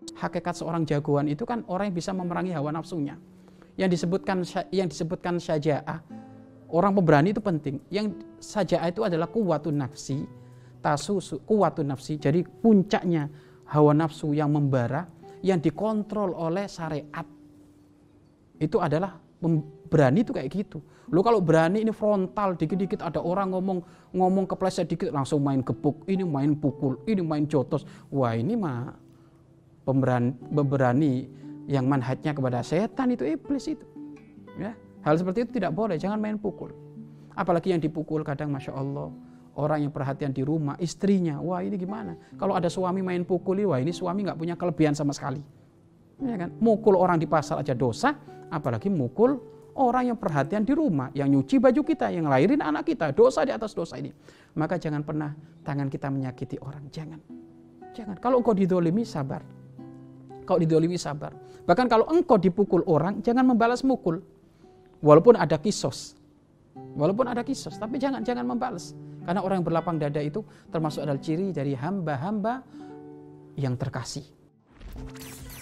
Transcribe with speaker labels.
Speaker 1: Hakikat seorang jagoan itu kan orang yang bisa memerangi hawa nafsunya. Yang disebutkan syaja'ah, orang pemberani itu penting. Yang syaja'ah itu adalah kuwatun nafsi, kuwatun nafsi. Jadi puncaknya hawa nafsu yang membara, yang dikontrol oleh syariat. Itu adalah berani itu kayak gitu. Lo kalau berani ini frontal, dikit-dikit ada orang ngomong kepleset dikit langsung main gebuk, ini main pukul, ini main jotos. Wah, ini mah pemberani yang manhajnya kepada setan, itu iblis itu. Ya, hal seperti itu tidak boleh, jangan main pukul. Apalagi yang dipukul kadang Masya Allah, orang yang perhatian di rumah, istrinya, wah ini gimana? Kalau ada suami main pukul, wah ini suami nggak punya kelebihan sama sekali. Ya kan? Mukul orang di pasar aja dosa, apalagi mukul orang yang perhatian di rumah, yang nyuci baju kita, yang ngelahirin anak kita, dosa di atas dosa ini. Maka jangan pernah tangan kita menyakiti orang, jangan. Kalau engkau didolimi, sabar. Kau didolimi, sabar. Bahkan kalau engkau dipukul orang, jangan membalas mukul. Walaupun ada kisos, tapi jangan membalas. Karena orang yang berlapang dada itu termasuk adalah ciri dari hamba-hamba yang terkasih.